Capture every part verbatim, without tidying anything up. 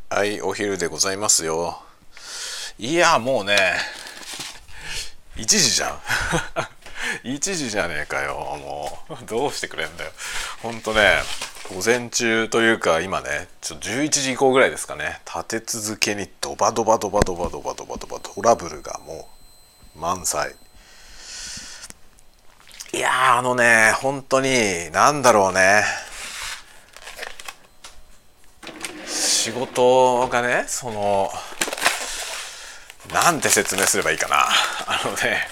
はい、お昼でございますよ。いや、もうね、いちじじゃん。いちじじゃねえかよ、もう。どうしてくれんだよ。ほんとね、午前中というか、今ね、ちょっとじゅういちじ以降ぐらいですかね、立て続けにドバドバドバドバドバドバドバトラブルがもう満載。いやー、あのね、本当に、なんだろうね。仕事がね、その、なんて説明すればいいかな。あのね、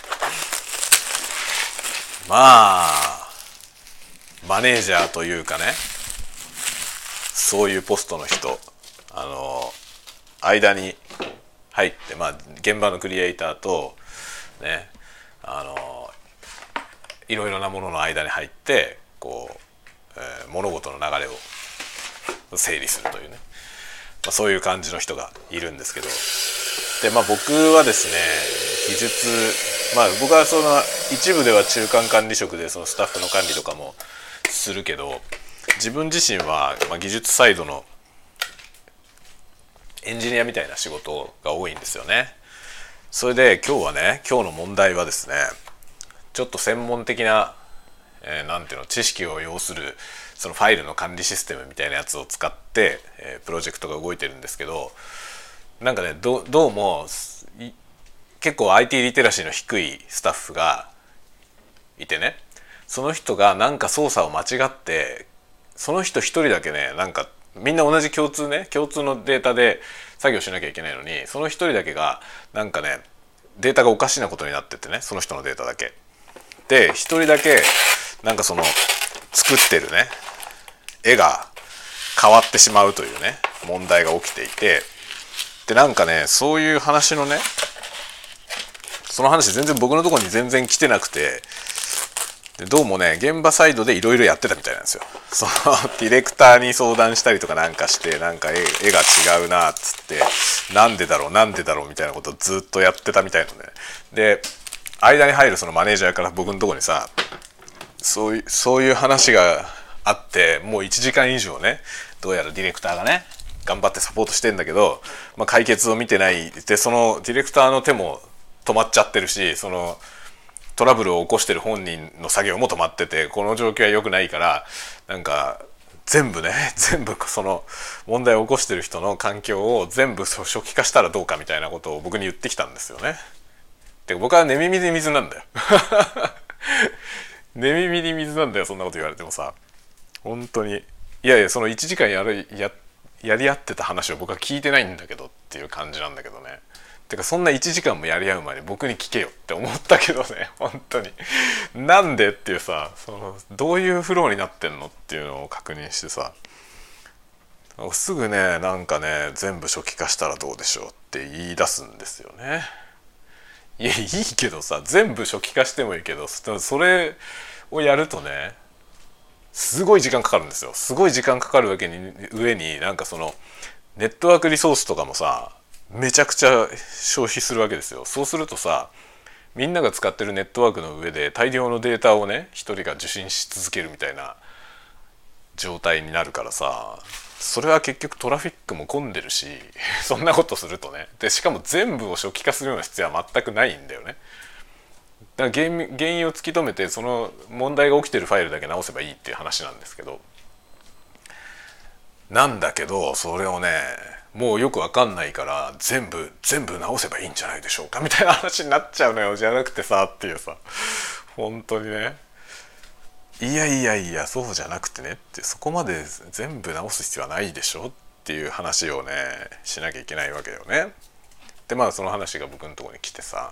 まあ、マネージャーというかね、そういうポストの人、あの、間に入って、まあ、現場のクリエイターと、ね、あの、いろいろなものの間に入って、こう、えー物事の流れを整理するというね、まあ、そういう感じの人がいるんですけど、で、まあ、僕はですね、技術、まあ、僕はその一部では中間管理職でそのスタッフの管理とかもするけど、自分自身は、まあ、技術サイドのエンジニアみたいな仕事が多いんですよね。それで今日はね、今日の問題はですね、ちょっと専門的な、えー、なんていうの、知識を要するそのファイルの管理システムみたいなやつを使って、えー、プロジェクトが動いてるんですけど、なんかね、ど, どうも結構 アイティー リテラシーの低いスタッフがいてね、その人がなんか操作を間違って、その人一人だけね、なんかみんな同じ共通ね共通のデータで作業しなきゃいけないのに、その一人だけがなんかね、データがおかしなことになっててね、その人のデータだけで、一人だけなんかその作ってるね絵が変わってしまうというね問題が起きていて、でなんかね、そういう話のね、その話全然僕のところに全然来てなくて、でどうもね、現場サイドでいろいろやってたみたいなんですよ。そのディレクターに相談したりとかなんかして、なんか 絵, 絵が違うなっつって、なんでだろうなんでだろうみたいなことをずっとやってたみたいのね。で間に入るそのマネージャーから僕のところにさ、そういうそういう話があって、もういちじかん以上ね、どうやらディレクターがね頑張ってサポートしてんだけど、まあ、解決を見てないで、そのディレクターの手も止まっちゃってるし、そのトラブルを起こしてる本人の作業も止まってて、この状況は良くないから、なんか全部ね全部その問題を起こしてる人の環境を全部初期化したらどうかみたいなことを僕に言ってきたんですよね。で僕は寝耳に水なんだよ寝耳に水なんだよ、そんなこと言われてもさ。本当に、いやいや、そのいちじかんやるややり合ってた話を僕は聞いてないんだけどっていう感じなんだけどね。てかそんないちじかんもやり合う前に僕に聞けよって思ったけどね、本当に。なんでっていうさ、そのどういうフローになってんのっていうのを確認してさ、すぐね、なんかね、全部初期化したらどうでしょうって言い出すんですよね。いや、いいけどさ、全部初期化してもいいけど、それをやるとね、すごい時間かかるんですよ。すごい時間かかるわけに上に、なんかそのネットワークリソースとかもさ、めちゃくちゃ消費するわけですよ。そうするとさ、みんなが使ってるネットワークの上で大量のデータをね、一人が受信し続けるみたいな状態になるからさ、それは結局トラフィックも混んでるしそんなことするとね、でしかも全部を初期化するような必要は全くないんだよね。だから原原因を突き止めて、その問題が起きてるファイルだけ直せばいいっていう話なんですけど、なんだけどそれをね、もうよくわかんないから全部全部直せばいいんじゃないでしょうかみたいな話になっちゃうのよ。じゃなくてさっていうさ、本当にね、いやいやいや、そうじゃなくてねって、そこまで全部直す必要はないでしょっていう話をねしなきゃいけないわけよね。でまあその話が僕のところに来てさ、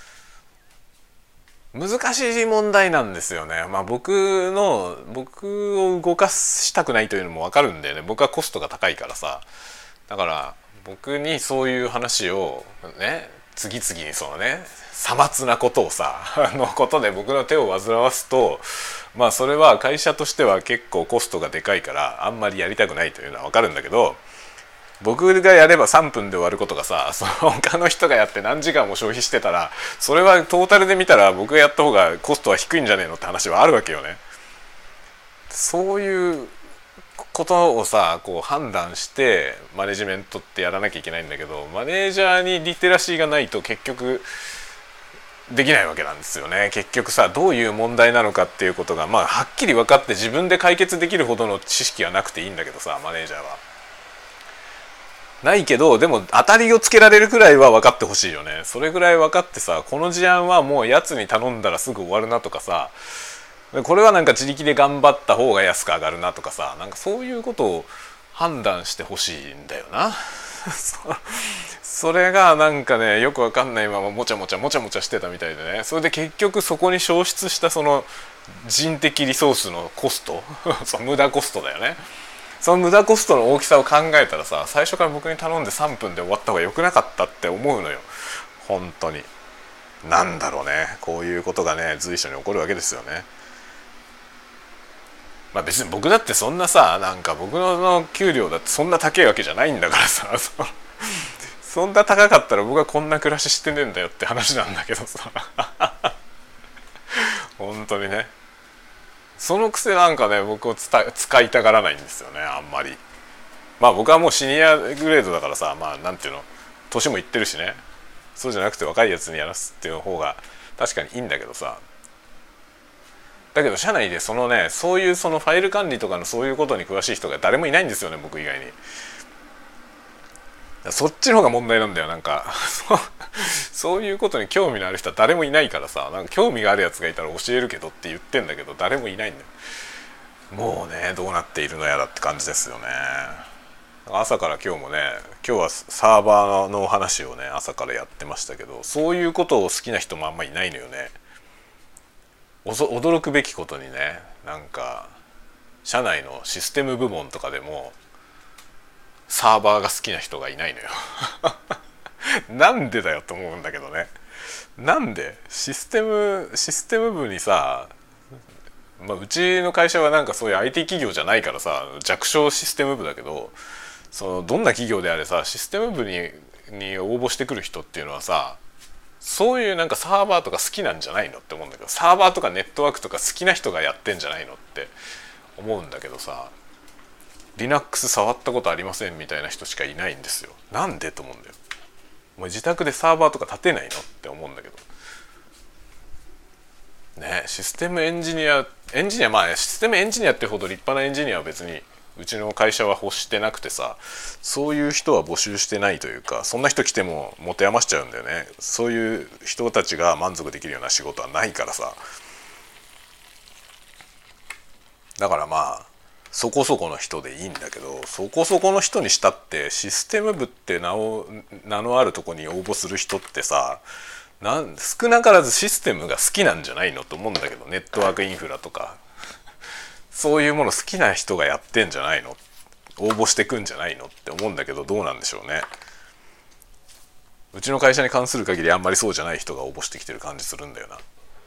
難しい問題なんですよね。まあ僕の僕を動かしたくないというのも分かるんだよね。僕はコストが高いからさ。だから僕にそういう話をね、次々にそのね、さまつなことをさあのことで僕の手を煩わすと、まあそれは会社としては結構コストがでかいからあんまりやりたくないというのは分かるんだけど、僕がやればさんぷんで終わることがさ、その他の人がやって何時間も消費してたら、それはトータルで見たら僕がやった方がコストは低いんじゃねえのって話はあるわけよね。そういうことをさこう判断してマネジメントってやらなきゃいけないんだけど、マネージャーにリテラシーがないと結局できないわけなんですよね。結局さどういう問題なのかっていうことがまあはっきり分かって自分で解決できるほどの知識はなくていいんだけどさ、マネージャーはないけど、でも当たりをつけられるくらいは分かってほしいよね。それぐらい分かってさ、この事案はもうやつに頼んだらすぐ終わるなとかさ、これはなんか自力で頑張った方が安く上がるなとかさ、なんかそういうことを判断してほしいんだよなそれがなんかねよくわかんないままもちゃもちゃもちゃもちゃしてたみたいでね、それで結局そこに消失したその人的リソースのコストその無駄コストだよね。その無駄コストの大きさを考えたらさ、最初から僕に頼んでさんぷんで終わった方が良くなかったって思うのよ。本当になんだろうね、こういうことがね随所に起こるわけですよね。まあ別に僕だってそんなさ、なんか僕の給料だってそんな高いわけじゃないんだからさそんな高かったら僕はこんな暮らししてねえんだよって話なんだけどさ本当にね、そのくせなんかね僕を使いたがらないんですよね、あんまり。まあ僕はもうシニアグレードだからさ、まあなんていうの、年もいってるしね、そうじゃなくて若いやつにやらすっていう方が確かにいいんだけどさ、だけど社内でそのねそういうそのファイル管理とかのそういうことに詳しい人が誰もいないんですよね、僕以外に。そっちの方が問題なんだよ。なんかそういうことに興味のある人は誰もいないからさ、なんか興味があるやつがいたら教えるけどって言ってんだけど誰もいないんだよ。もうねどうなっているのやらって感じですよね。朝から今日もね、今日はサーバーの話をね朝からやってましたけど、そういうことを好きな人もあんまりいないのよね。驚くべきことにね、なんか社内のシステム部門とかでもサーバーが好きな人がいないのよなんでだよと思うんだけどね。なんでシステムシステム部にさ、まあ、うちの会社はなんかそういう アイティー 企業じゃないからさ弱小システム部だけど、そのどんな企業であれさシステム部にに応募してくる人っていうのはさ、そういうなんかサーバーとか好きなんじゃないのって思うんだけど、サーバーとかネットワークとか好きな人がやってんじゃないのって思うんだけどさ、Linux 触ったことありませんみたいな人しかいないんですよ。なんでと思うんだよ。お前自宅でサーバーとか立てないのって思うんだけどね。システムエンジニアエンジニアまあ、ね、システムエンジニアってほど立派なエンジニアは別にうちの会社は欲してなくてさ、そういう人は募集してないというか、そんな人来ても持て余しちゃうんだよね。そういう人たちが満足できるような仕事はないからさ。だからまあそこそこの人でいいんだけど、そこそこの人にしたってシステム部って名を名のあるとこに応募する人ってさ、なん少なからずシステムが好きなんじゃないのと思うんだけど、ネットワークインフラとかそういうもの好きな人がやってんじゃないの、応募してくんじゃないのって思うんだけど、どうなんでしょうね。うちの会社に関する限りあんまりそうじゃない人が応募してきてる感じするんだよな。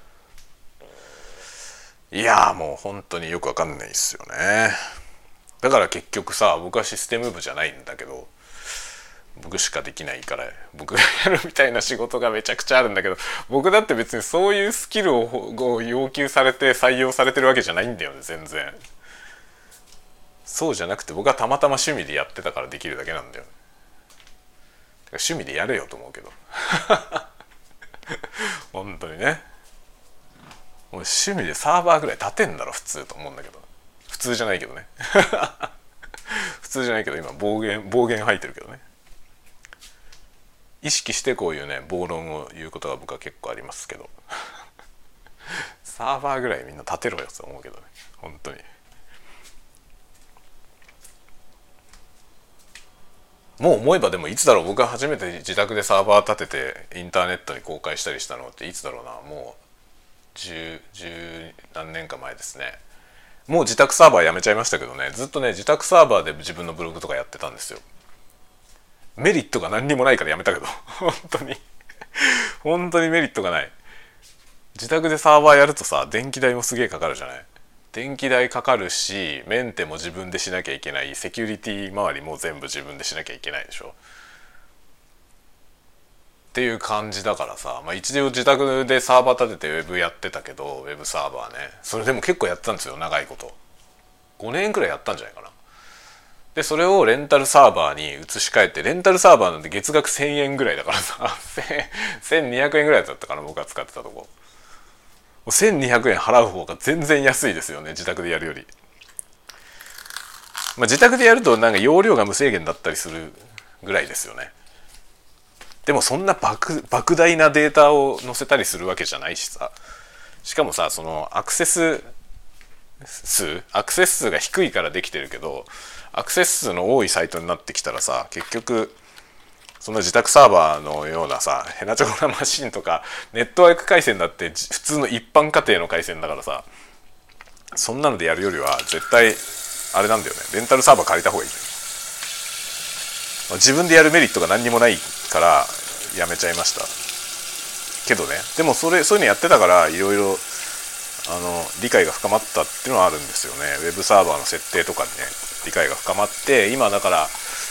いやーもう本当によくわかんないですよね。だから結局さ、僕はシステム部じゃないんだけど、僕しかできないから僕がやるみたいな仕事がめちゃくちゃあるんだけど、僕だって別にそういうスキルを要求されて採用されてるわけじゃないんだよね、全然。そうじゃなくて僕はたまたま趣味でやってたからできるだけなんだよね。趣味でやれよと思うけど本当にね、もう趣味でサーバーぐらい立てんだろ普通と思うんだけど、普通じゃないけどね普通じゃないけど今暴言暴言吐いてるけどね。意識してこういうね暴論を言うことが僕は結構ありますけどサーバーぐらいみんな立てろよと思うけどね、本当に。もう思えばでもいつだろう、僕が初めて自宅でサーバー立ててインターネットに公開したりしたのっていつだろうな、もう十十何年か前ですね。もう自宅サーバーやめちゃいましたけどね、ずっとね自宅サーバーで自分のブログとかやってたんですよ。メリットが何にもないからやめたけど本当に本当にメリットがない。自宅でサーバーやるとさ、電気代もすげえかかるじゃない。電気代かかるし、メンテも自分でしなきゃいけない、セキュリティ周りも全部自分でしなきゃいけないでしょっていう感じだからさ、まあ、一度自宅でサーバー立ててウェブやってたけど、ウェブサーバーね、それでも結構やってたんですよ、長いこと。ごねんくらいやったんじゃないかな。 でそれをレンタルサーバーに移し替えて、レンタルサーバーなんて月額せんえんぐらいだからさせんにひゃくえんぐらいだったかな、僕が使ってたとこ。せんにひゃくえん払う方が全然安いですよね、自宅でやるより。まあ、自宅でやるとなんか容量が無制限だったりするぐらいですよね。でもそんな 莫, 莫大なデータを載せたりするわけじゃないしさ、しかもさ、そのアクセス数アクセス数が低いからできてるけど、アクセス数の多いサイトになってきたらさ、結局その自宅サーバーのようなさヘナチョコなマシンとか、ネットワーク回線だって普通の一般家庭の回線だからさ、そんなのでやるよりは絶対あれなんだよね、レンタルサーバー借りた方がいい。自分でやるメリットが何にもないからやめちゃいましたけどね。でもそれそういうのやってたからいろいろあの理解が深まったっていうのはあるんですよね。ウェブサーバーの設定とかにね理解が深まって、今だからあの、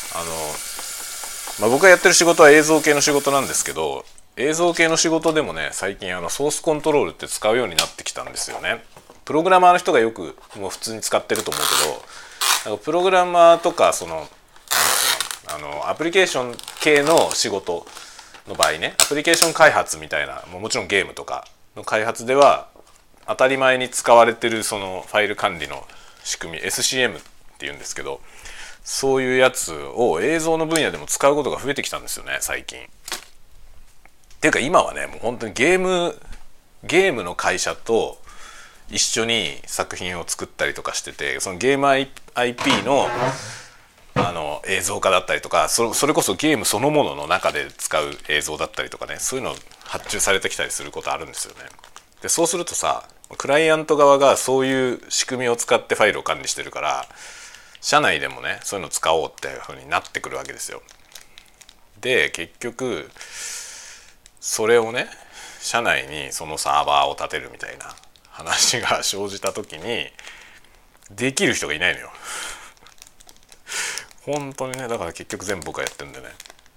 まあ、僕がやってる仕事は映像系の仕事なんですけど、映像系の仕事でもね最近あのソースコントロールって使うようになってきたんですよね。プログラマーの人がよくもう普通に使ってると思うけど、なんかプログラマーとかそのなんていうの、あのアプリケーション系の仕事の場合ね、アプリケーション開発みたいな、もちろんゲームとかの開発では当たり前に使われてるそのファイル管理の仕組み エスシーエム っていうんですけど、そういうやつを映像の分野でも使うことが増えてきたんですよね最近。っていうか今はねもう本当にゲームゲームの会社と一緒に作品を作ったりとかしてて、そのゲーム アイピー のあの映像化だったりとか、それこそゲームそのものの中で使う映像だったりとかね、そういうの発注されてきたりすることあるんですよね。でそうするとさ、クライアント側がそういう仕組みを使ってファイルを管理してるから、社内でもねそういうのを使おうっていう風になってくるわけですよ。で結局それをね社内にそのサーバーを立てるみたいな話が生じた時にできる人がいないのよ本当にね。だから結局全部僕がやってるんでね、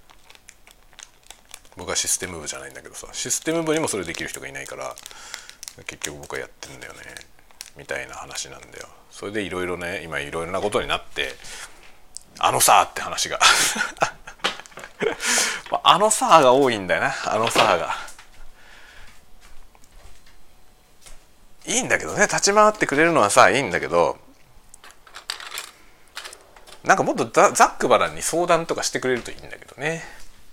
僕はシステム部じゃないんだけどさ、システム部にもそれできる人がいないから結局僕はやってるんだよねみたいな話なんだよ。それでいろいろね今いろいろなことになって、あのさーって話があのさーが多いんだよな。あのさーがいいんだけどね、立ち回ってくれるのはさいいんだけど、なんかもっとざざっくばらんに相談とかしてくれるといいんだけどね。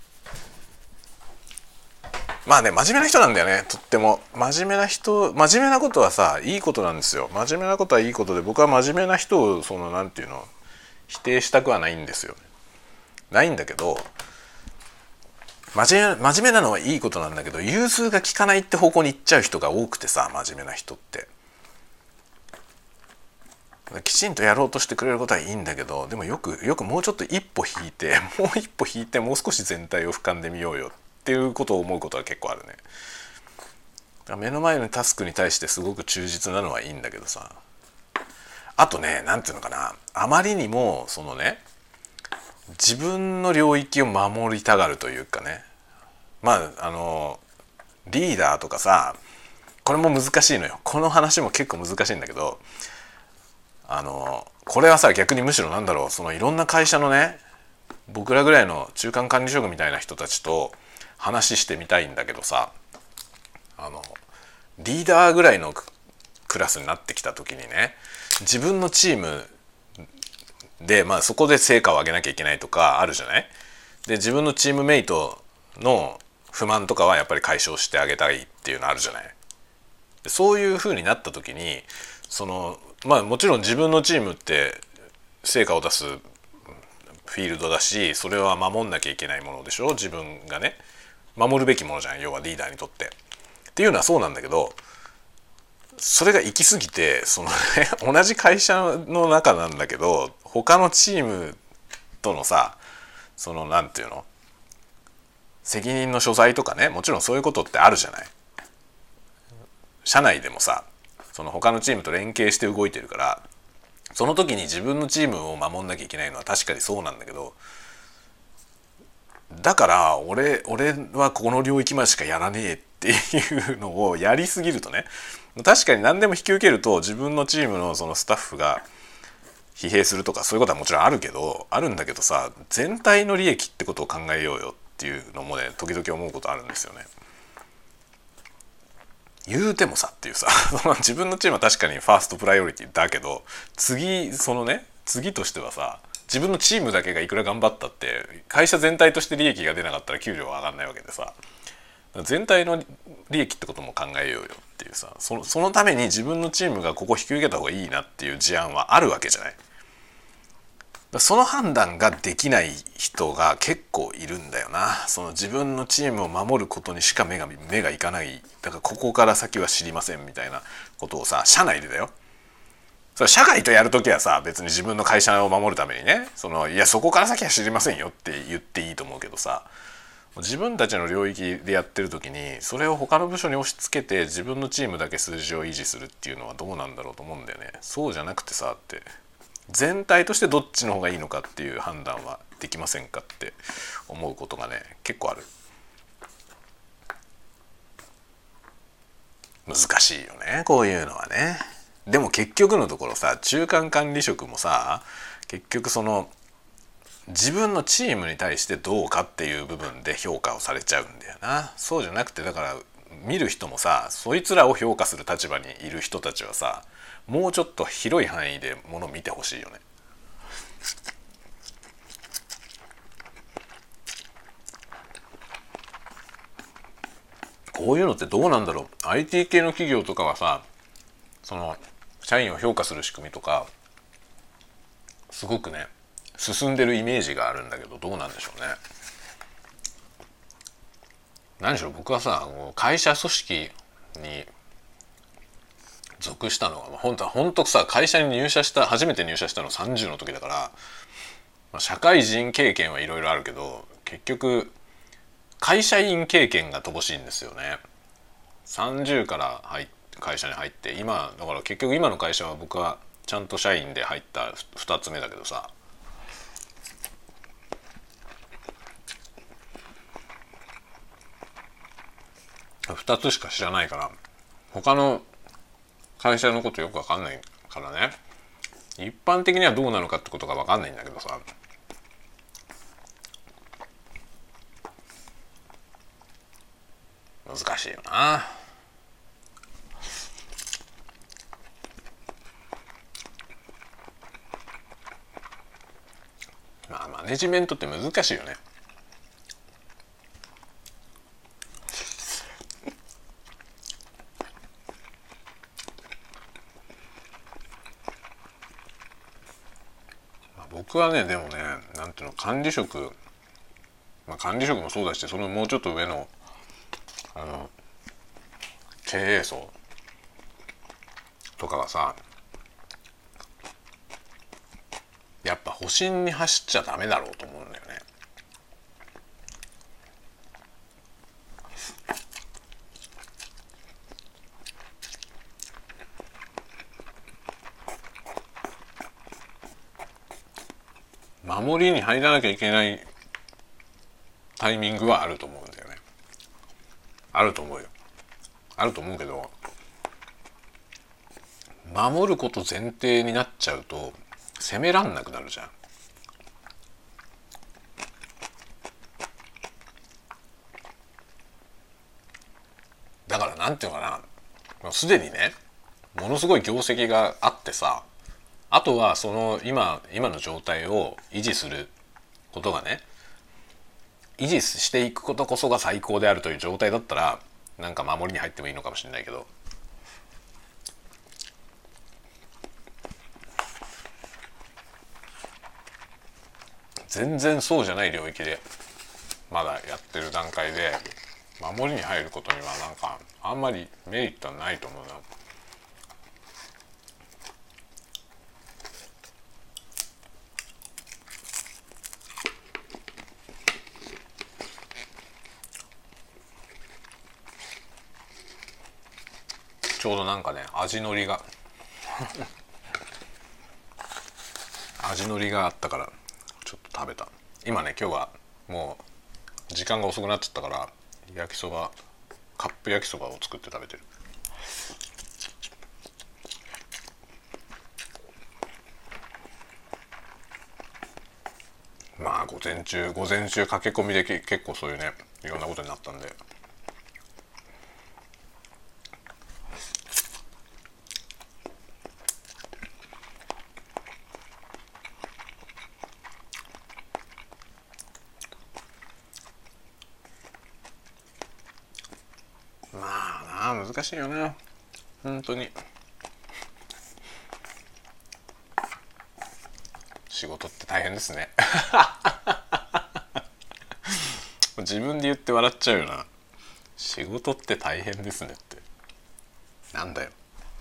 まあね真面目な人なんだよね、とっても真面目な人。真面目なことはさいいことなんですよ。真面目なことはいいことで、僕は真面目な人をそのなんていうの否定したくはないんですよ。ないんだけど、真面目、真面目なのはいいことなんだけど、融通が利かないって方向に行っちゃう人が多くてさ、真面目な人ってきちんとやろうとしてくれることはいいんだけど、でもよくよくもうちょっと一歩引いてもう一歩引いてもう少し全体を俯瞰でみようよっていうことを思うことは結構あるね。だから目の前のタスクに対してすごく忠実なのはいいんだけどさ、あとねなんていうのかな、あまりにもそのね自分の領域を守りたがるというかね、まああのリーダーとかさ、これも難しいのよ。この話も結構難しいんだけど、あのこれはさ逆にむしろなんだろう、そのいろんな会社のね僕らぐらいの中間管理職みたいな人たちと話してみたいんだけどさ、あのリーダーぐらいのクラスになってきた時にね、自分のチームで、まあ、そこで成果を上げなきゃいけないとかあるじゃない。で自分のチームメイトの不満とかはやっぱり解消してあげたいっていうのあるじゃない。でそういう風になった時にそのまあもちろん自分のチームって成果を出すフィールドだし、それは守んなきゃいけないものでしょ、自分がね守るべきものじゃん、要はリーダーにとってっていうのはそうなんだけど、それが行き過ぎてその、ね、同じ会社の中なんだけど他のチームとのさ、そのなんていうの責任の所在とかね、もちろんそういうことってあるじゃない。社内でもさその他のチームと連携して動いてるから、その時に自分のチームを守んなきゃいけないのは確かにそうなんだけど、だから俺俺はこの領域までしかやらねえっていうのをやりすぎるとね、確かに何でも引き受けると自分のチームのそのスタッフが疲弊するとかそういうことはもちろんあるけどあるんだけどさ、全体の利益ってことを考えようよっていうのもね時々思うことあるんですよね。言うてもさっていうさ自分のチームは確かにファーストプライオリティだけど、次そのね次としてはさ、自分のチームだけがいくら頑張ったって会社全体として利益が出なかったら給料は上がんないわけでさ、全体の利益ってことも考えようよっていうさ、その、そのために自分のチームがここ引き受けた方がいいなっていう事案はあるわけじゃない。その判断ができない人が結構いるんだよな。その自分のチームを守ることにしか目が目がいかない。だからここから先は知りませんみたいなことをさ、社内でだよ。それ社外とやるときはさ、別に自分の会社を守るためにね、そのいやそこから先は知りませんよって言っていいと思うけどさ、自分たちの領域でやってる時にそれを他の部署に押し付けて自分のチームだけ数字を維持するっていうのはどうなんだろうと思うんだよね。そうじゃなくてさって、全体としてどっちの方がいいのかっていう判断はできませんかって思うことがね結構ある。難しいよねこういうのはね。でも結局のところさ、中間管理職もさ結局その自分のチームに対してどうかっていう部分で評価をされちゃうんだよな。そうじゃなくて、だから見る人もさ、そいつらを評価する立場にいる人たちはさ、もうちょっと広い範囲でものを見てほしいよね。こういうのってどうなんだろう。 アイティー 系の企業とかはさ、その社員を評価する仕組みとかすごくね進んでるイメージがあるんだけど、どうなんでしょうね。何しろ僕はさ、会社組織に属したのは本当は本当さ、会社に入社した初めて入社したのさんじゅうの時だから、まあ、社会人経験はいろいろあるけど結局会社員経験が乏しいんですよね。さんじゅうから入会社に入って今だから結局今の会社は僕はちゃんと社員で入ったふたつめだけどさ、ふたつしか知らないから他の会社のことよく分かんないからね、一般的にはどうなのかってことが分かんないんだけどさ、難しいよな。まあマネジメントって難しいよね。僕はねでもね、なんていうの、管理職、まあ、管理職もそうだし、そのもうちょっと上のあの経営層とかがさ、やっぱ保身に走っちゃダメだろうと思うんだよね。守りに入らなきゃいけないタイミングはあると思うんだよね。あると思うよ。あると思うけど、守ること前提になっちゃうと攻めらんなくなるじゃん。だからなんていうのかな、すでにねものすごい業績があってさ、あとはその今今の状態を維持することがね、維持していくことこそが最高であるという状態だったら、なんか守りに入ってもいいのかもしれないけど、全然そうじゃない領域でまだやってる段階で守りに入ることにはなんかあんまりメリットはないと思うな。ちょうどなんかね味のりが味のりがあったからちょっと食べた。今ね今日はもう時間が遅くなっちゃったから焼きそば、カップ焼きそばを作って食べてる。 まあ午前中午前中駆け込みでけ結構そういうねいろんなことになったんで。まあなあ難しいよな本当に。仕事って大変ですね自分で言って笑っちゃうよな。仕事って大変ですねってなんだよ。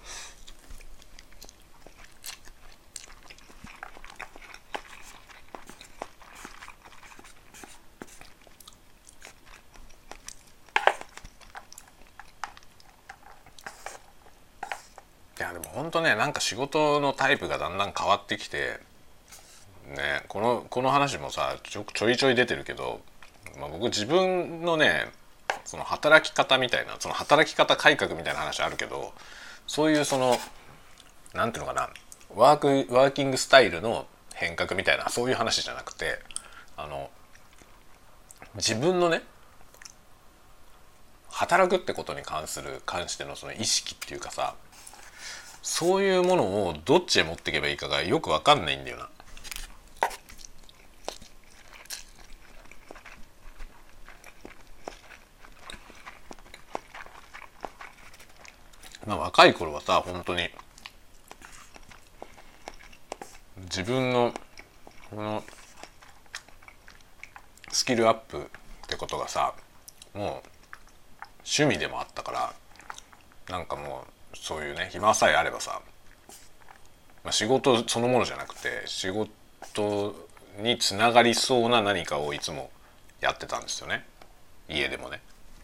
いやでも本当ねなんか仕事のタイプがだんだん変わってきてね、このこの話もさちょ、ちょいちょい出てるけど、まあ、僕自分のねその働き方みたいなその働き方改革みたいな話あるけど、そういうそのなんていうのかなワークワーキングスタイルの変革みたいなそういう話じゃなくて、あの自分のね働くってことに関する関してのその意識っていうかさ、そういうものをどっちへ持っていけばいいかがよく分かんないんだよな。まあ若い頃はさ本当に自分のこのスキルアップってことがさもう趣味でもあったから、なんかもうそういうね暇さえあればさ、まあ、仕事そのものじゃなくて仕事につながりそうな何かをいつもやってたんですよね、家でもね。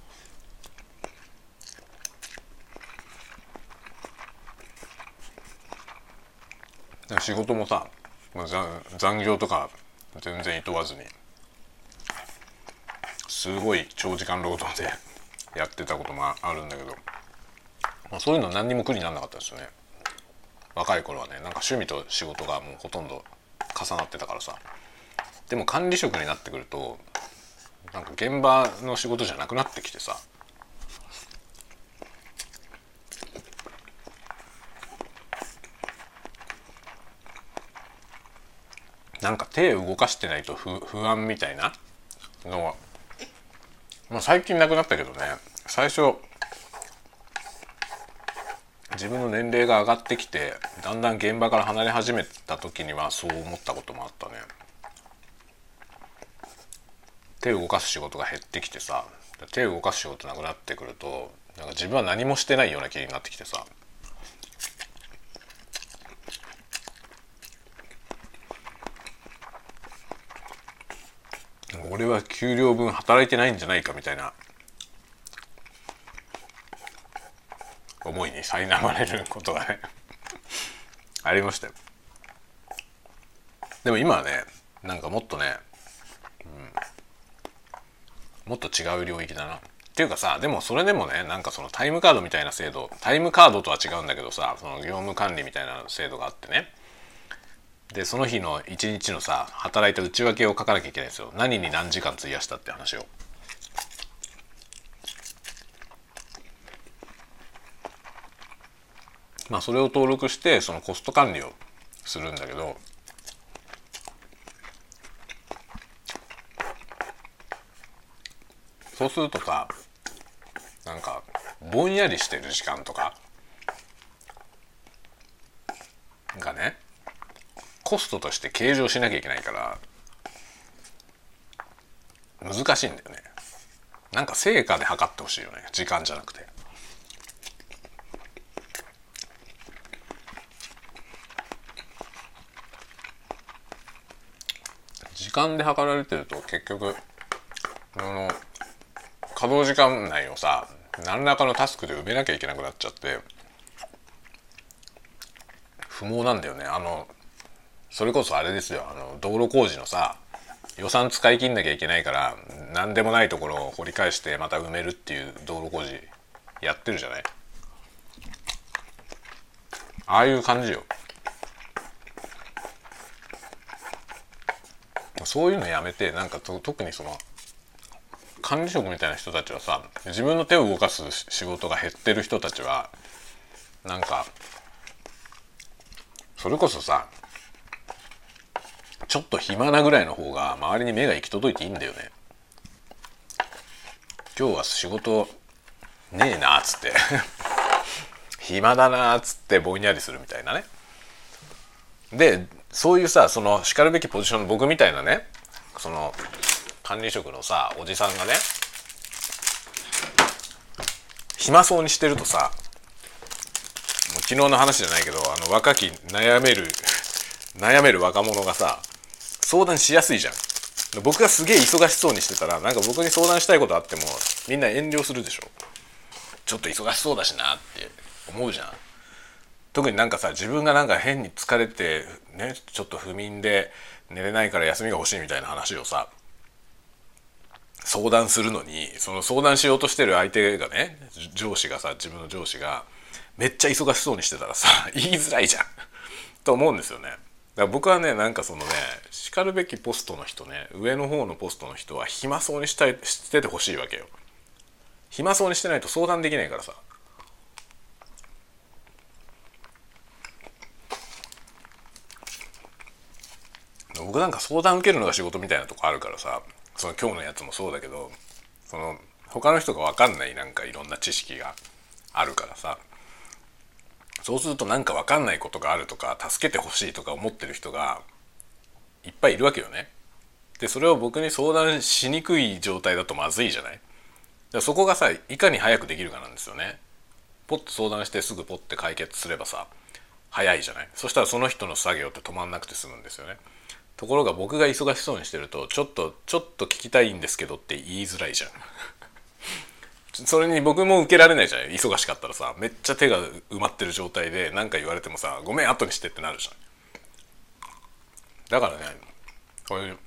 仕事もさ、まあ、残残業とか全然厭わずにすごい長時間労働でやってたこともあるんだけど、まあ、そういうの何にも苦にならなかったですよね。若い頃はねなんか趣味と仕事がもうほとんど重なってたからさ。でも管理職になってくるとなんか現場の仕事じゃなくなってきてさ、なんか手を動かしてないと不不安みたいなのは、まあ、最近なくなったけどね、最初自分の年齢が上がってきてだんだん現場から離れ始めた時にはそう思ったこともあったね。手を動かす仕事が減ってきてさ、手を動かす仕事なくなってくるとなんか自分は何もしてないような気になってきてさ、俺は給料分働いてないんじゃないかみたいな思いに苛まれることがねありましたよ。でも今はねなんかもっとね、うん、もっと違う領域だなっていうかさ、でもそれでもねなんかそのタイムカードみたいな制度、タイムカードとは違うんだけどさ、その業務管理みたいな制度があってね、でその日の一日のさ働いた内訳を書かなきゃいけないんですよ。何に何時間費やしたって話を。まあそれを登録してそのコスト管理をするんだけど、そうするとさなんかぼんやりしてる時間とかがねコストとして計上しなきゃいけないから難しいんだよね。なんか成果で測ってほしいよね、時間じゃなくて。時間で測られてると結局あの稼働時間内をさ何らかのタスクで埋めなきゃいけなくなっちゃって不毛なんだよね。あのそれこそあれですよ、あの道路工事のさ予算使い切んなきゃいけないから何でもないところを掘り返してまた埋めるっていう道路工事やってるじゃない。ああいう感じよ。 そういうのやめて、なんかと特にその管理職みたいな人たちはさ、自分の手を動かす仕事が減ってる人たちはなんかそれこそさ、ちょっと暇なぐらいの方が周りに目が行き届いていいんだよね。今日は仕事ねえなっつって暇だなっつってぼんやりするみたいなね。でそういうさ、そのしかるべきポジションの僕みたいなね、その管理職のさおじさんがね、暇そうにしてるとさ、もう昨日の話じゃないけど、あの若き悩める悩める若者がさ相談しやすいじゃん。僕がすげえ忙しそうにしてたら、なんか僕に相談したいことあってもみんな遠慮するでしょ。ちょっと忙しそうだしなって思うじゃん。特になんかさ、自分がなんか変に疲れてね、ちょっと不眠で寝れないから休みが欲しいみたいな話をさ相談するのに、その相談しようとしてる相手がね、上司がさ、自分の上司がめっちゃ忙しそうにしてたらさ言いづらいじゃんと思うんですよね。だから僕はね、なんかそのね、しかるべきポストの人ね、上の方のポストの人は暇そうにしたいしててほしいわけよ。暇そうにしてないと相談できないからさ。僕なんか相談受けるのが仕事みたいなとこあるからさ、その今日のやつもそうだけど、その他の人が分かんないなんかいろんな知識があるからさ、そうするとなんか分かんないことがあるとか助けてほしいとか思ってる人がいっぱいいるわけよね。でそれを僕に相談しにくい状態だとまずいじゃない。だからそこがさ、いかに早くできるかなんですよね。ポッと相談してすぐポッて解決すればさ早いじゃない。そしたらその人の作業って止まんなくて済むんですよね。ところが僕が忙しそうにしてると、ちょっとちょっと聞きたいんですけどって言いづらいじゃんそれに僕も受けられないじゃん。忙しかったらさ、めっちゃ手が埋まってる状態で何か言われてもさ、ごめん後にしてってなるじゃん。だからね、こういう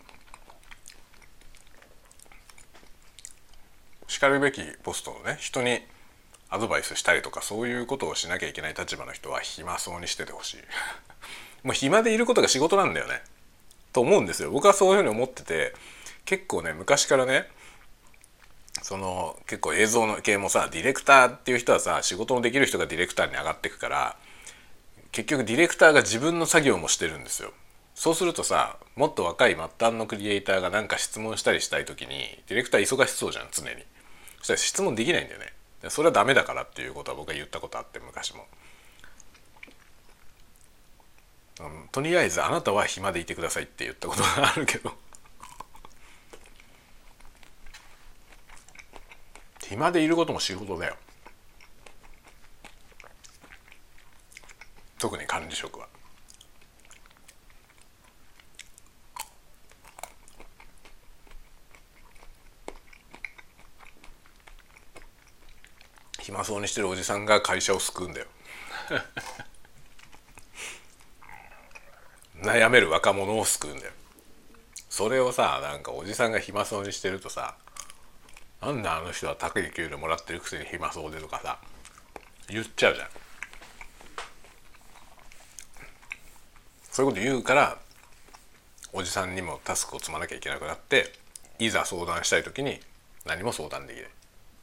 しかるべきポストのね、人にアドバイスしたりとかそういうことをしなきゃいけない立場の人は暇そうにしててほしいもう暇でいることが仕事なんだよねと思うんですよ。僕はそういうふうに思ってて、結構ね昔からね、その結構映像の系もさ、ディレクターっていう人はさ、仕事のできる人がディレクターに上がっていくから、結局ディレクターが自分の作業もしてるんですよ。そうするとさ、もっと若い末端のクリエイターがなんか質問したりしたい時にディレクター忙しそうじゃん常に。そしたら質問できないんだよね。それはダメだからっていうことは僕は言ったことあって、昔も、うん、とりあえずあなたは暇でいてくださいって言ったことがあるけど暇でいることも仕事だよ、特に管理職は。暇そうにしてるおじさんが会社を救うんだよ悩める若者を救うんだよ。それをさ、なんかおじさんが暇そうにしてるとさ、なんであの人は高い給料もらってるくせに暇そうでとかさ言っちゃうじゃん。そういうこと言うからおじさんにもタスクを積まなきゃいけなくなって、いざ相談したい時に何も相談できない。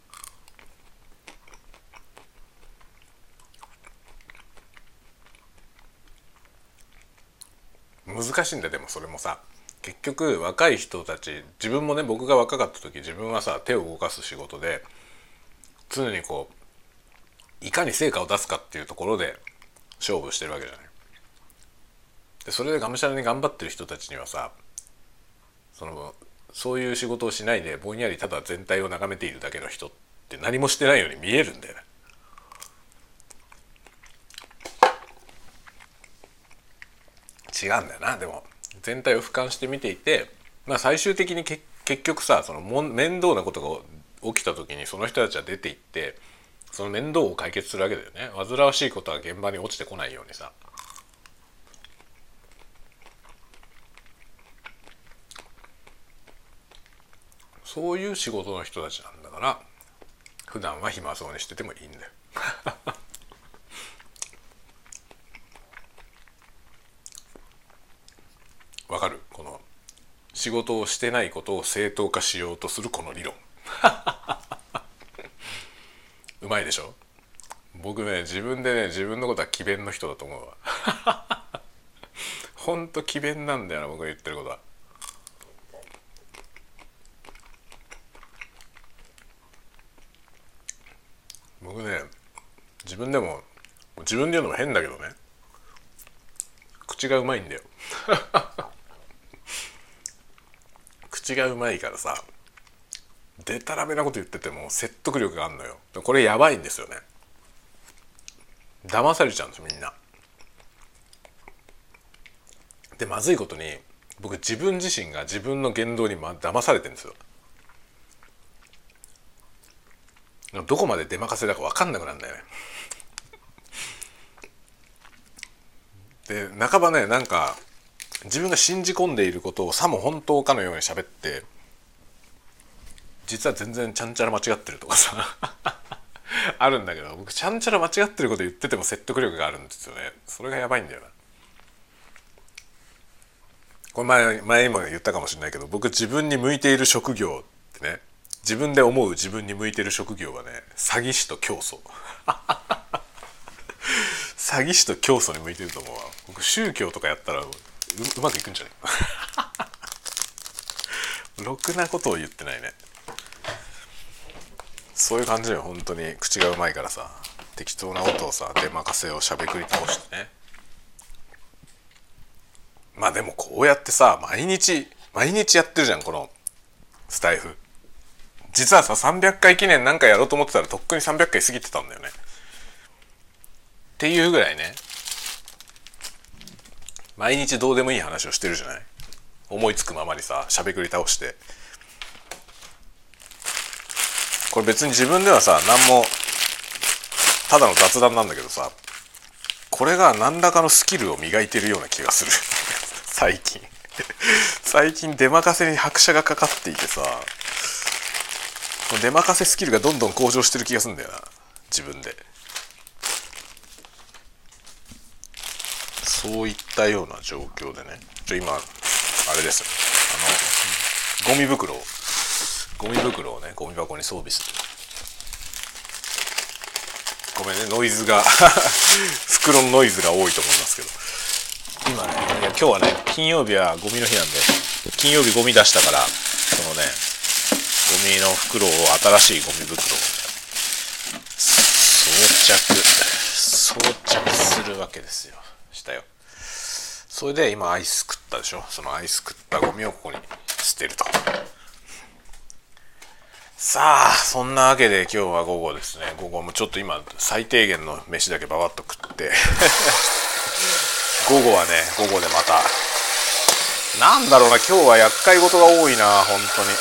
難しいんだよ。でもそれもさ、結局若い人たち、自分もね、僕が若かった時自分はさ手を動かす仕事で常にこういかに成果を出すかっていうところで勝負してるわけじゃない。でそれでがむしゃらに頑張ってる人たちにはさ、そのそういう仕事をしないでぼんやりただ全体を眺めているだけの人って何もしてないように見えるんだよね。違うんだよな。でも全体を俯瞰して見ていて、まあ最終的にけ結局さ、そのも面倒なことが起きた時にその人たちは出ていってその面倒を解決するわけだよね。煩わしいことは現場に落ちてこないようにさ。そういう仕事の人たちなんだから、普段は暇そうにしててもいいんだよわかる？この仕仕事をしてないことを正当化しようとするこの理論うまいでしょ。僕ね自分でね自分のことは詭弁の人だと思うわほんと詭弁なんだよな僕が言ってることは。僕ね自分でも自分で言うのも変だけどね口がうまいんだよ口がうまいからさでたらめなこと言ってても説得力があるのよ。これやばいんですよね。騙されちゃうんですみんな。でまずいことに僕自分自身が自分の言動にま騙されてるんですよ。どこまで出任せだか分かんなくなるんだよねで半ばねなんか自分が信じ込んでいることをさも本当かのように喋って実は全然ちゃんちゃら間違ってるとかさあるんだけど僕ちゃんちゃら間違ってること言ってても説得力があるんですよね。それがやばいんだよな。これ前前にも言ったかもしれないけど僕自分に向いている職業ってね自分で思う自分に向いている職業はね詐欺師と教祖詐欺師と教祖に向いてると思うわ。僕宗教とかやったら う, うまくいくんじゃないろくなことを言ってないね。そういう感じで本当に口がうまいからさ適当なことをさ出任せをしゃべくり倒してね。まあでもこうやってさ毎日毎日やってるじゃんこのスタイフ。実はささんびゃっかい記念なんかやろうと思ってたらとっくにさんびゃっかい過ぎてたんだよね。っていうぐらいね毎日どうでもいい話をしてるじゃない。思いつくままにさしゃべくり倒して。これ別に自分ではさ何もただの雑談なんだけどさこれが何らかのスキルを磨いてるような気がする最近最近出任せに拍車がかかっていてさ出任せスキルがどんどん向上してる気がするんだよな自分で。そういったような状況でねちょ今あれですよあのゴミ袋をゴミ袋をねゴミ箱に装備する。ごめんねノイズが袋のノイズが多いと思いますけど今ねいや今日はね金曜日はゴミの日なんで金曜日ゴミ出したからそのねゴミの袋を新しいゴミ袋を、ね、装着装着するわけですよ。したよ。それで今アイス食ったでしょ。そのアイス食ったゴミをここに捨てると。さあそんなわけで今日は午後ですね。午後もちょっと今最低限の飯だけババッと食って午後はね午後でまたなんだろうな今日は厄介事が多いな本当に。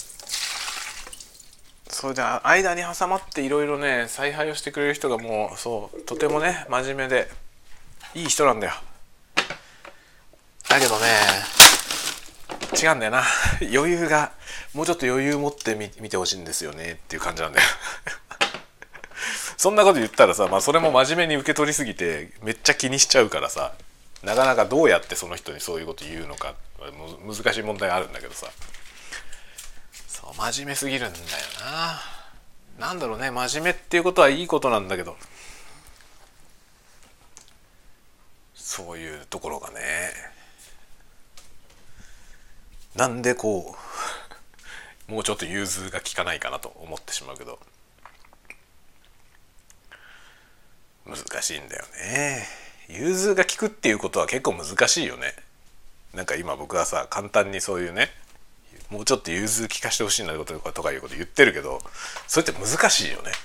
それで間に挟まっていろいろね采配をしてくれる人がもうそうとてもね真面目でいい人なんだよ。だけどね違うんだよな余裕がもうちょっと余裕持ってみ見てほしいんですよねっていう感じなんだよそんなこと言ったらさ、まあ、それも真面目に受け取りすぎてめっちゃ気にしちゃうからさなかなかどうやってその人にそういうこと言うのか難しい問題があるんだけどさそう真面目すぎるんだよな。なんだろうね真面目っていうことはいいことなんだけどそういうところがねなんでこうもうちょっと融通が利かないかなと思ってしまうけど難しいんだよね。融通が利くっていうことは結構難しいよね。なんか今僕はさ簡単にそういうねもうちょっと融通利かしてほしいなこととかいうこと言ってるけどそれって難しいよね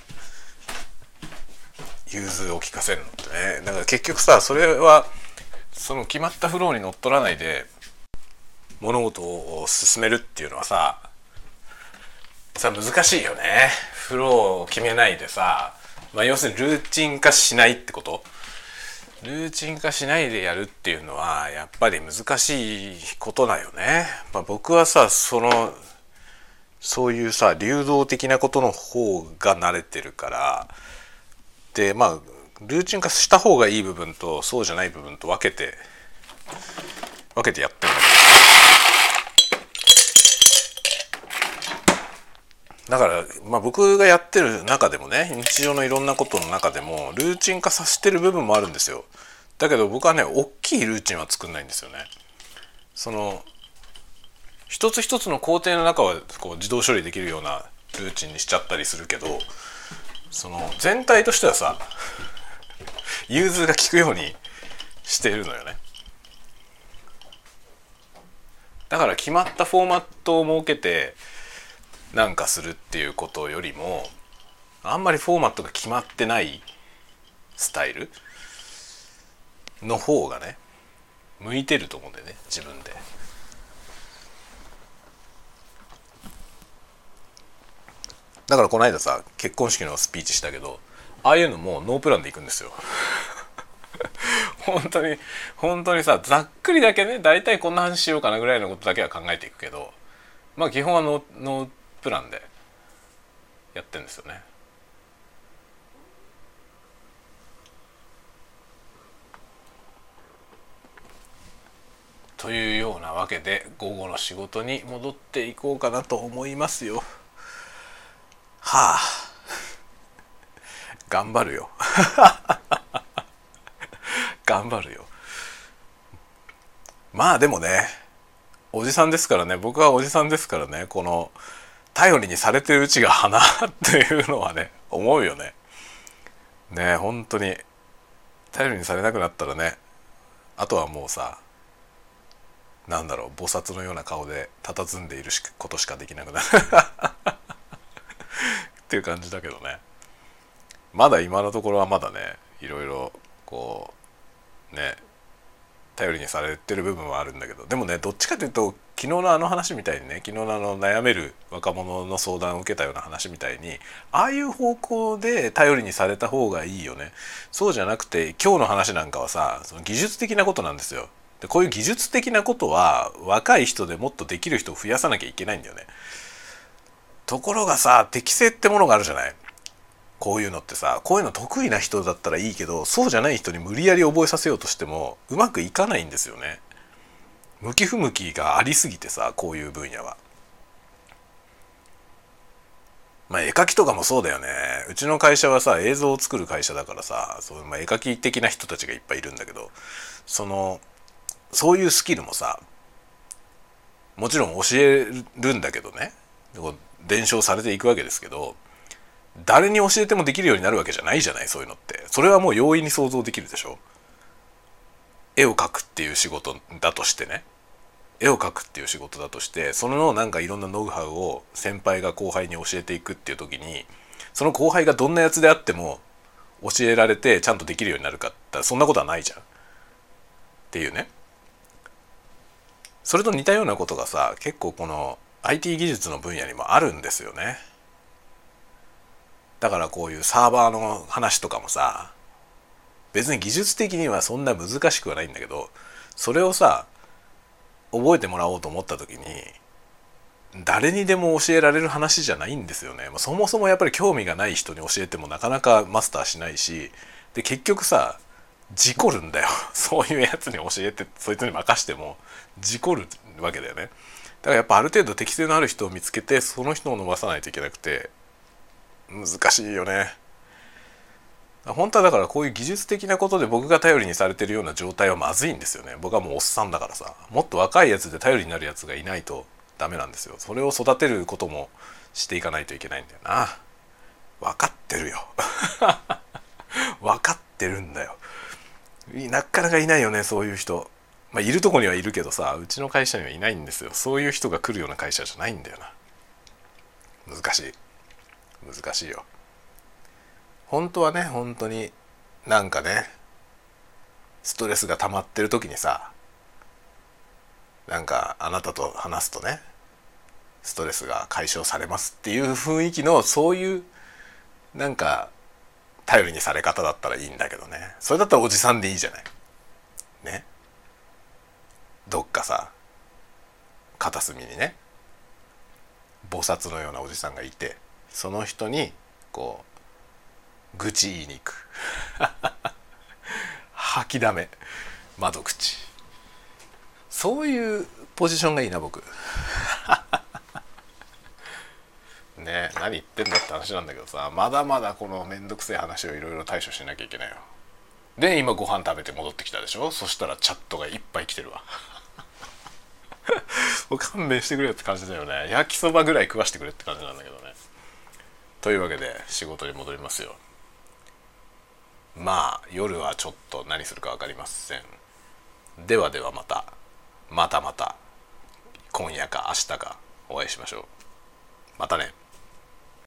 融通を利かせるのってね。だから結局さそれはその決まったフローにのっとらないで物事を進めるっていうのはささ難しいよね。フローを決めないでさ、まあ、要するにルーチン化しないってことルーチン化しないでやるっていうのはやっぱり難しいことだよね。まあ、僕はさそのそういうさ流動的なことの方が慣れてるからでまあルーチン化した方がいい部分とそうじゃない部分と分けて分けてやってるんだだから、まあ、僕がやってる中でもね、日常のいろんなことの中でもルーチン化させてる部分もあるんですよ。だけど僕はね、大きいルーチンは作んないんですよね。その一つ一つの工程の中はこう自動処理できるようなルーチンにしちゃったりするけど、その全体としてはさ、融通が利くようにしているのよね。だから決まったフォーマットを設けてなんかするっていうことよりも、あんまりフォーマットが決まってないスタイルの方がね向いてると思うんだよね、自分で。だからこの間さ、結婚式のスピーチしたけど、ああいうのもノープランで行くんですよ。本当に本当にさ、ざっくりだけね、大体こんな話しようかなぐらいのことだけは考えていくけど、まあ基本はノー、ノープランでやってるんですよね。というようなわけで、午後の仕事に戻っていこうかなと思いますよ。はあ、頑張るよ。頑張るよ。まあでもね、おじさんですからね、僕はおじさんですからね、この頼りにされてるうちが花っていうのはね、思うよね。ね、本当に頼りにされなくなったらね、あとはもうさ、なんだろう、菩薩のような顔で佇んでいることしかできなくなるっていう感じだけどね。まだ今のところはまだね、いろいろこうね、頼りにされてる部分はあるんだけど、でもね、どっちかというと昨日のあの話みたいにね、昨日のあの悩める若者の相談を受けたような話みたいに、ああいう方向で頼りにされた方がいいよね。そうじゃなくて、今日の話なんかはさ、その技術的なことなんですよ。でこういう技術的なことは若い人でもっとできる人を増やさなきゃいけないんだよね。ところがさ、適性ってものがあるじゃない。こういうのってさ、こういうの得意な人だったらいいけど、そうじゃない人に無理やり覚えさせようとしてもうまくいかないんですよね。向き不向きがありすぎてさ、こういう分野は。まあ絵描きとかもそうだよね。うちの会社はさ、映像を作る会社だからさ、そう、まあ、絵描き的な人たちがいっぱいいるんだけど、そのそういうスキルもさ、もちろん教えるんだけどね、伝承されていくわけですけど、誰に教えてもできるようになるわけじゃないじゃない、そういうのって。それはもう容易に想像できるでしょ。絵を描くっていう仕事だとしてね、絵を描くっていう仕事だとして、そのなんかいろんなノウハウを先輩が後輩に教えていくっていう時に、その後輩がどんなやつであっても教えられてちゃんとできるようになるかって、そんなことはないじゃんっていうね。それと似たようなことがさ、結構この アイティー 技術の分野にもあるんですよね。だからこういうサーバーの話とかもさ、別に技術的にはそんな難しくはないんだけど、それをさ覚えてもらおうと思った時に誰にでも教えられる話じゃないんですよね。そもそもやっぱり興味がない人に教えてもなかなかマスターしないし、で結局さ、事故るんだよ。そういうやつに教えてそいつに任しても事故るわけだよね。だからやっぱある程度適性のある人を見つけて、その人を伸ばさないといけなくて難しいよね。本当はだからこういう技術的なことで僕が頼りにされてるような状態はまずいんですよね。僕はもうおっさんだからさ、もっと若いやつで頼りになるやつがいないとダメなんですよ。それを育てることもしていかないといけないんだよな。分かってるよ。分かってるんだよ。なかなかいないよね、そういう人。まあいるとこにはいるけどさ、うちの会社にはいないんですよ。そういう人が来るような会社じゃないんだよな。難しい難しいよ。本当はね、本当になんかね、ストレスが溜まってる時にさ、なんかあなたと話すとね、ストレスが解消されますっていう雰囲気の、そういうなんか頼りにされ方だったらいいんだけどね。それだったらおじさんでいいじゃないね。どっかさ、片隅にね、菩薩のようなおじさんがいて、その人にこう愚痴言いに行く。吐きだめ、窓口、そういうポジションがいいな、僕。ねね、何言ってんだって話なんだけどさ、まだまだこのめんどくせえ話をいろいろ対処しなきゃいけないよ。で今ご飯食べて戻ってきたでしょ。そしたらチャットがいっぱい来てるわもう勘弁してくれよって感じだよね。焼きそばぐらい食わしてくれって感じなんだけどね。というわけで仕事に戻りますよ。まあ夜はちょっと何するか分かりません。ではではまたまたまた今夜か明日かお会いしましょう。またね。